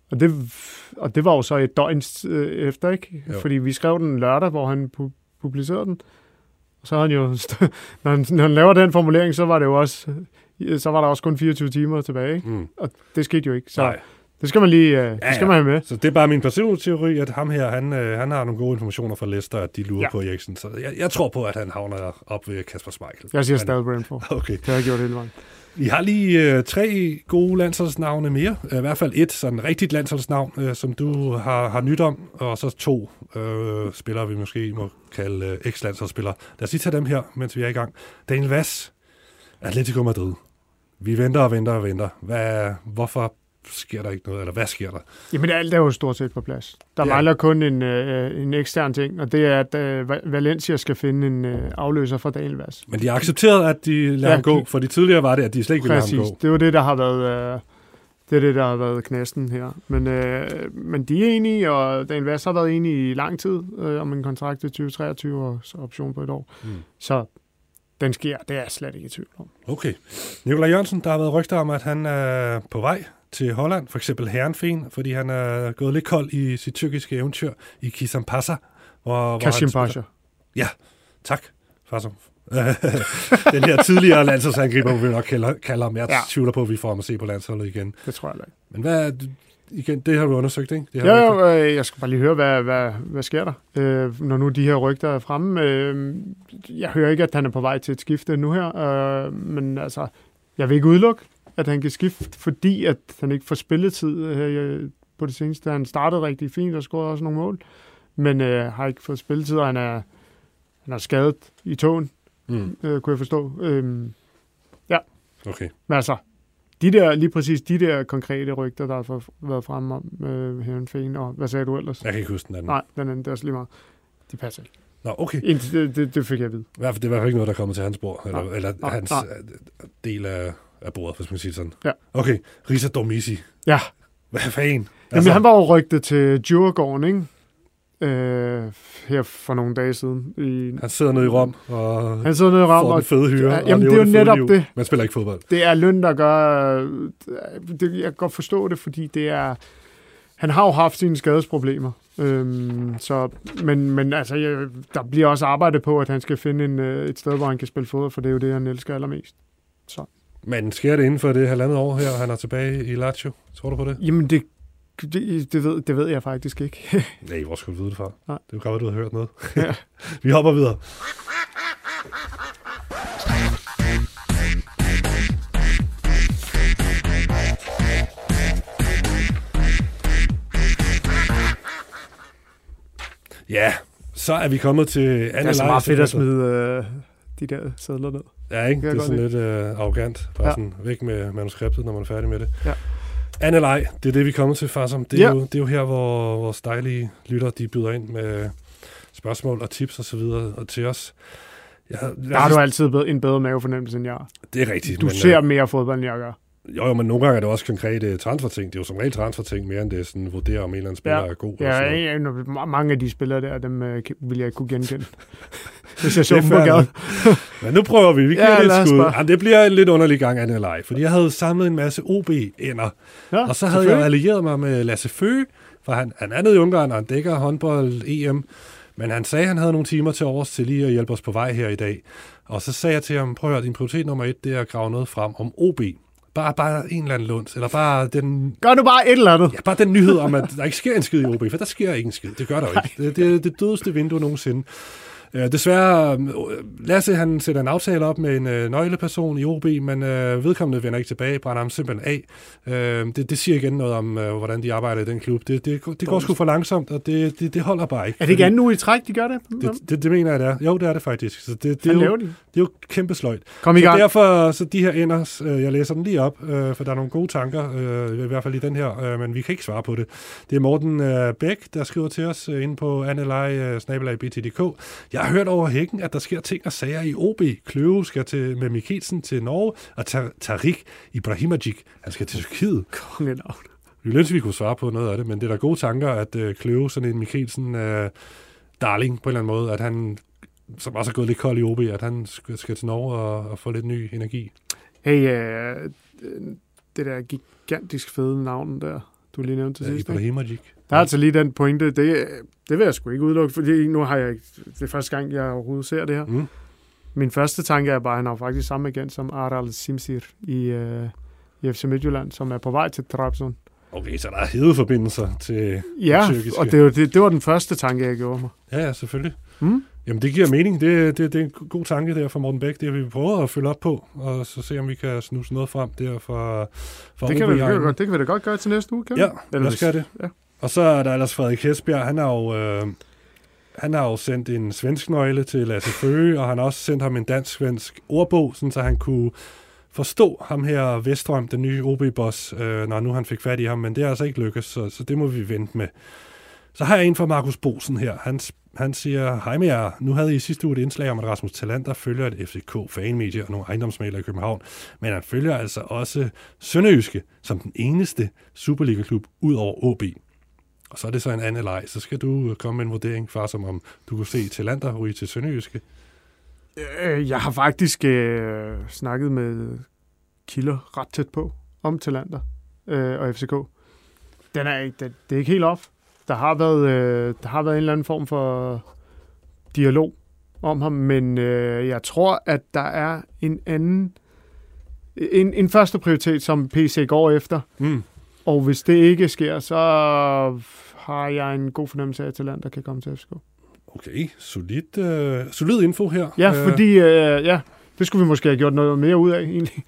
Og det var jo så et døgn efter, ikke? Jo. Fordi vi skrev den lørdag, hvor han publicerede den. Og så har han jo, når han laver den formulering, så var der også kun 24 timer tilbage, ikke? Og det skete jo ikke. Så nej. Det skal man lige det skal man have med. Så det er bare min personlige teori, at ham her, han har nogle gode informationer fra Leicester, at de lurer på Eriksen. Så jeg tror på, at han havner op ved Kasper Schmeichel. Jeg siger stadig Brentford. Okay. Det har jeg gjort hele vejen. Vi har lige 3 gode landsholdsnavne mere. I hvert fald et sådan rigtigt landsholdsnavn, som du har nyt om. Og så 2 spillere, vi måske må kalde eks-landsholdsspillere. Lad os lige tage dem her, mens vi er i gang. Daniel Vass, Atletico Madrid. Vi venter og venter. Hvorfor sker der ikke noget, eller hvad sker der? Jamen alt er jo stort set på plads. Der mangler kun en ekstern ting, og det er, at Valencia skal finde en afløser for Daniel Vass. Men de har accepteret, at de lader ham gå, for de tidligere var det, at de slet ikke ville lade ham gå. Det var det, der har været... der har været knasten her. Men de er enige, og Daniel Vass har været enige i lang tid om en kontrakt til 2023 og så option på 1 år. Så den sker, det er jeg slet ikke i tvivl om. Okay. Nikolaj Jørgensen, der har været rygter om, at han er på vej til Holland, for eksempel Herrenfeen, fordi han er gået lidt kold i sit tyrkiske eventyr i Kasimpasa. Kasimpasa. Ja, tak. Den her tidligere landsholdsangriber, vil vi nok kalde ham. Jeg tvivler på, at vi får ham at se på landsholdet igen. Det tror jeg ikke. Men hvad igen, det har du undersøgt, ikke? Jeg skal bare lige høre, hvad sker der, når nu de her rygter er fremme. Jeg hører ikke, at han er på vej til et skifte nu her, men altså, jeg vil ikke udelukke, at han kan skifte, fordi at han ikke får spilletid på det seneste. Han startede rigtig fint og scorede også nogle mål, men har ikke fået spilletid, og han er skadet i tåen, kunne jeg forstå. Ja. Okay. Men altså, lige præcis de der konkrete rygter, der har været fremme om Heerenveen, og hvad sagde du ellers? Jeg kan ikke huske den anden. Nej, den anden, det er også lige meget. De passer ikke. Nå, okay. Det fik jeg at vide. Det er i hvert fald ikke noget, der kommer til hans bord, eller hans del af bordet, hvis man siger sådan. Ja. Okay, Risa Dormisi. Ja. Hvad fanden? Jamen, han var jo rygtet til Djurgården, ikke? Her for nogle dage siden. Han sidder nede i Rom og får den fede hyre. Jamen, det er jo netop det. Man spiller ikke fodbold. Det er løn, der gør... jeg kan godt forstå det, fordi det er... Han har jo haft sine skadesproblemer. Men altså, der bliver også arbejdet på, at han skal finde et sted, hvor han kan spille fodbold, for det er jo det, han elsker allermest. Så. Men sker det inden for det 1,5 år her, og han er tilbage i Lazio? Tror du på det? Jamen, det ved jeg faktisk ikke. Nej, hvor skulle du vide det fra? Nej. Det er jo godt, at du har hørt noget. Ja. Vi hopper videre. Ja, så er vi kommet til anden leg. Det er så meget fedt at smide de der sædler ned. Ja, ikke? Det er sådan lidt arrogant. Bare sådan væk med manuskriptet, når man er færdig med det. Ja. Anden leg, det er det, vi kommer til, Farsam. Det er jo her, hvor vores dejlige lytter, de byder ind med spørgsmål og tips og så videre og til os. Der har du altid en bedre mavefornemmelse, end jeg har. Det er rigtigt. Du ser mere fodbold, end jeg gør. Jo, men nogle gange er det også konkrete transferting. Det er jo som regel transferting mere, end det er sådan vurdere, om en eller anden spiller er god. Ja, mange af de spillere der, dem vil jeg ikke kunne genkende. Hvis jeg så dem på gaden. Men nu prøver vi. Vi giver det et skud. Jamen, det bliver en lidt underlig gang af den leg, fordi jeg havde samlet en masse OB-ender. Ja, og så havde jeg allieret mig med Lasse Føge, for han er nede i Ungarn, og han dækker håndbold EM. Men han sagde, at han havde nogle timer til overs til lige at hjælpe os på vej her i dag. Og så sagde jeg til ham, prøv at høre, din prioritet nummer 1, det er at grave noget frem om OB. Bare en eller anden lunds, eller bare den... Gør du bare et eller andet? Ja, bare den nyhed om, at der ikke sker en skid i OB, for der sker ikke en skid. Det gør der jo ikke. Det er det dødeste vindue nogensinde. Desværre, Lasse han sætter en aftale op med en nøgleperson i OB, men vedkommende vender ikke tilbage, brænder ham simpelthen af. Det siger igen noget om, hvordan de arbejder i den klub. Det går sgu for langsomt, og det holder bare ikke. Er det ikke anden uge i træk, de gør det? Det mener jeg, det er. Jo, det er det faktisk. Så det er jo kæmpe sløjt. Kom i gang. Så derfor, så de her ender, jeg læser den lige op, for der er nogle gode tanker, i hvert fald i den her, men vi kan ikke svare på det. Det er Morten Bæk, der skriver til os inde på anelej@btdk. Jeg har hørt over hækken, at der sker ting og sager i OB. Kløve skal med Mikkelsen til Norge, og Tariq Ibrahimovic, han skal til Tyrkiet. Kongenavn. Vi ønsker, vi kunne svare på noget af det, men det er da gode tanker, at Kløve sådan en Mikkelsen darling på en eller anden måde, at han, som også er gået lidt kold i OB, at han skal til Norge og få lidt ny energi. Hey, det der gigantisk fede navn der, du lige nævnte til sidst. Ibrahimovic. Der er altså lige den pointe, det vil jeg sgu ikke udelukke, fordi nu har jeg det er første gang, jeg overhovedet ser det her. Mm. Min første tanke er bare, at han har faktisk samme agent som Aral Simsir i FC Midtjylland, som er på vej til Trabzon. Okay, så der er hedeforbindelser til tyrkiske. Og det var den første tanke, jeg gjorde mig. Ja, selvfølgelig. Mm. Jamen, det giver mening. Det er en god tanke der fra Morten Bæk. Det har vi prøvet at følge op på, og så se, om vi kan snuse noget frem der fra det kan vi da godt gøre til næste uge, kan vi? Ja, lad os gøre det. Ja. Og så er der ellers Frederik Hesbjerg. Han har jo sendt en svensk nøgle til Lasse Føge, og han har også sendt ham en dansk-svensk ordbog, sådan så han kunne forstå ham her Vestrøm, den nye OB-boss, når nu han fik fat i ham, men det er altså ikke lykkes, så det må vi vente med. Så har jeg en fra Markus Bosen her. Han siger, hej med jer. Nu havde I sidste uge et indslag om, at Rasmus Talander følger et FCK-fanmedie og nogle ejendomsmæglere i København, men han følger altså også Sønderjyske som den eneste Superliga-klub ud over OB. Og så er det så en anden leg. Så skal du komme med en vurdering, far, som om du kunne se Talander ryge til Sønderjyske. Jeg har faktisk snakket med kilder ret tæt på om Talander og FCK. Det er ikke helt off. Der har været en eller anden form for dialog om ham, men jeg tror, at der er en første prioritet, som PC går efter. Mm. Og hvis det ikke sker, så har jeg en god fornemmelse af, at Talander kan komme til FCK. Okay, solid info her. Ja, fordi det skulle vi måske have gjort noget mere ud af, egentlig.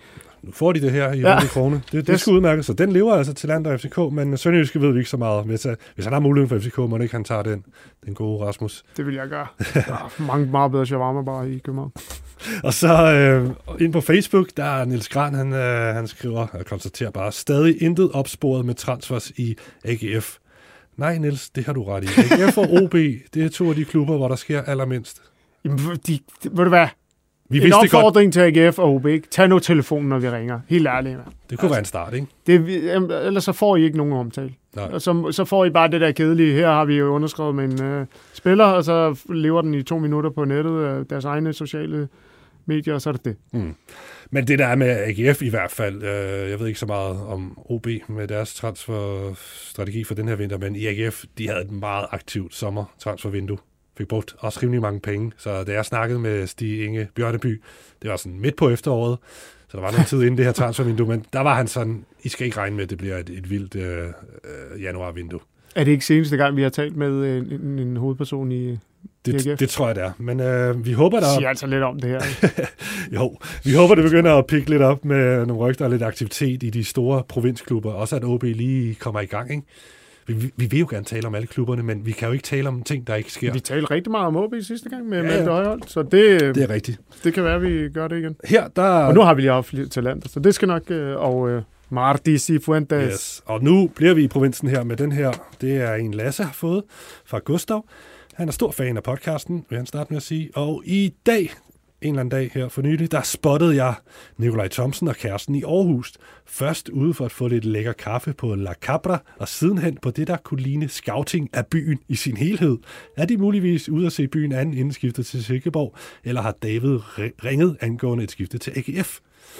nu får de det her i Røde Krone. Det skal udmærke, så den lever altså til Land og FCK, men Sønderjyske ved vi ikke så meget om. Hvis han har muligheden for FCK, må ikke han tager den gode Rasmus. Det vil jeg gøre. Mange meget bedre shawarma bare i København. Og så ind på Facebook, der er Niels Gran, han skriver, og konstaterer bare, stadig intet opsporet med transfers i AGF. Nej, Niels, det har du ret i. AGF og OB, det er 2 af de klubber, hvor der sker allermindst. Jamen, ved du hvad? En opfordring til AGF og OB. Tag nu telefonen, når vi ringer. Helt ærligt. Man. Det kunne være en start, ikke? Ellers så får I ikke nogen omtale. Og så får I bare det der kedelige. Her har vi jo underskrevet med en spiller, og så lever den i 2 minutter på nettet, deres egne sociale medier, og så er det det. Mm. Men det der er med AGF i hvert fald, jeg ved ikke så meget om OB med deres transferstrategi for den her vinter, men i AGF, de havde et meget aktivt sommertransfervindue. Fik brugt også rimelig mange penge, så da jeg snakkede med Stig Inge Bjørneby, det var sådan midt på efteråret, så der var noget tid inden det her transfervindue, men der var han sådan, I skal ikke regne med, at det bliver et vildt januarvindue. Er det ikke seneste gang, vi har talt med en hovedperson i AGF? Det tror jeg, det er. Men vi håber, der... siger altså lidt om det her. Jo, vi håber, det begynder at pikke lidt op med nogle rygter og lidt aktivitet i de store provinsklubber. Også at OB lige kommer i gang, ikke? Vi vil jo gerne tale om alle klubberne, men vi kan jo ikke tale om ting, der ikke sker. Vi talte rigtig meget om OB sidste gang med det højhold, så det er rigtigt. Det kan være, at vi gør det igen. Og nu har vi lige haft talenter, så det skal nok... og Martí Cifuentes. Yes. Og nu bliver vi i provinsen her med den her. Det er en Lasse har fået fra Gustav. Han er stor fan af podcasten, vil han starte med at sige. Og i dag, en eller anden dag her for nylig, der spottede jeg Nikolaj Thomsen og kæresten i Aarhus. Først ude for at få lidt lækker kaffe på La Cabra, og sidenhen på det, der kunne ligne scouting af byen i sin helhed. Er de muligvis ude at se byen an inden skiftet til Silkeborg, eller har David ringet angående et skifte til AGF?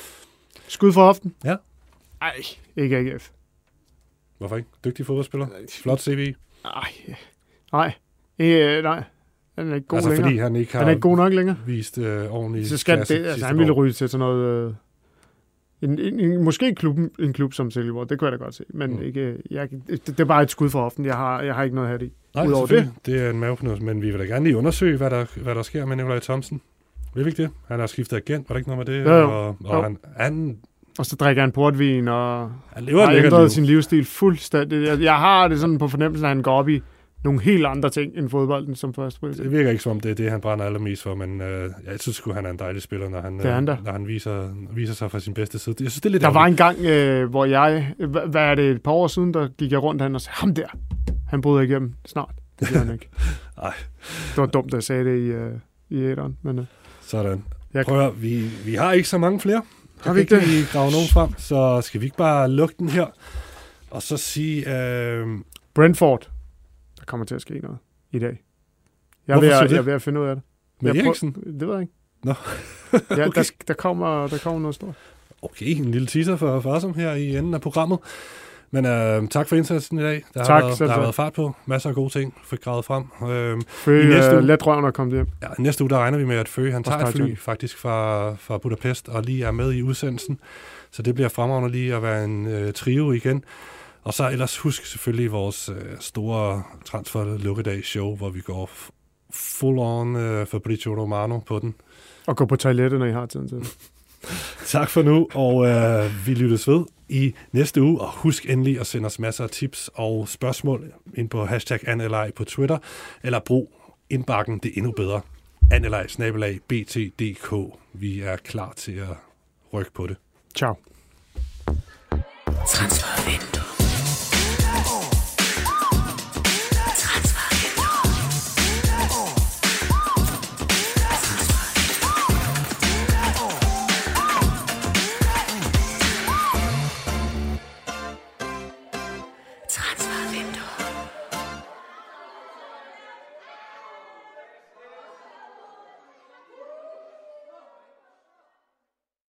Skud for hoften? Ja. Ej, ikke AGF. Hvorfor ikke? Dygtig fodboldspiller? Flot CV? Nej. Han er ikke god længere. Fordi han ikke har ikke god nok længere. Vist ordentligt. Så skal det, han ville ryge til sådan noget... måske en klub som Silkeborg, det kunne jeg da godt se. Men ikke, det er bare et skud for hoften. Jeg har ikke noget her i. Nej, udover det er en mavefornøjelse, men vi vil da gerne lige undersøge, hvad der sker med Nikolaj Thomsen. Vil vi ikke det? Han har skiftet agent, var det ikke noget med det? Jo. Og han og så drikker han portvin, og han har ændret sin livsstil fuldstændig. Jeg har det sådan på fornemmelsen, at han går op i nogle helt andre ting end fodbolden som første prioritet. Det virker ikke som det er det, han brænder allermest for, men jeg synes sgu, han er en dejlig spiller, når han viser sig fra sin bedste side. Jeg synes, det er lidt der var en gang, hvor hvad er det, et par år siden, der gik jeg rundt, han og sagde, ham der, han bryder igennem snart. Det gør han ikke. Nej. Det var dumt, at jeg sagde det i æderen. Men, sådan. Prøv at, vi har ikke så mange flere. Har vi ikke det? Vi grave nogen frem, så skal vi ikke bare lukke den her, og så sige... Brentford. Der kommer til at ske noget i dag. Jeg er ved at finde ud af det. Med Eriksen? Det ved jeg ikke. Nå. Ja, okay. der kommer noget stort. Okay, en lille teaser for os her i enden af programmet. Men tak for indsatsen i dag. Der har været fart på. Masser af gode ting. Fik gravet frem. Let røven at komme hjem. Ja, næste uge der regner vi med, at Føge han tager et fly faktisk fra Budapest og lige er med i udsendelsen. Så det bliver fremragende lige at være en trio igen. Og så ellers husk selvfølgelig vores store transfer-lukkedag-show, hvor vi går full-on Fabrizio Romano på den. Og gå på toilettet, når I har tiden til det. Tak for nu, og vi lyttes ved i næste uge. Og husk endelig at sende os masser af tips og spørgsmål ind på #anelej på Twitter, eller brug indbakken, det er endnu bedre. anelej@bt.dk. Vi er klar til at rykke på det. Ciao. Transfervindue. Transfer.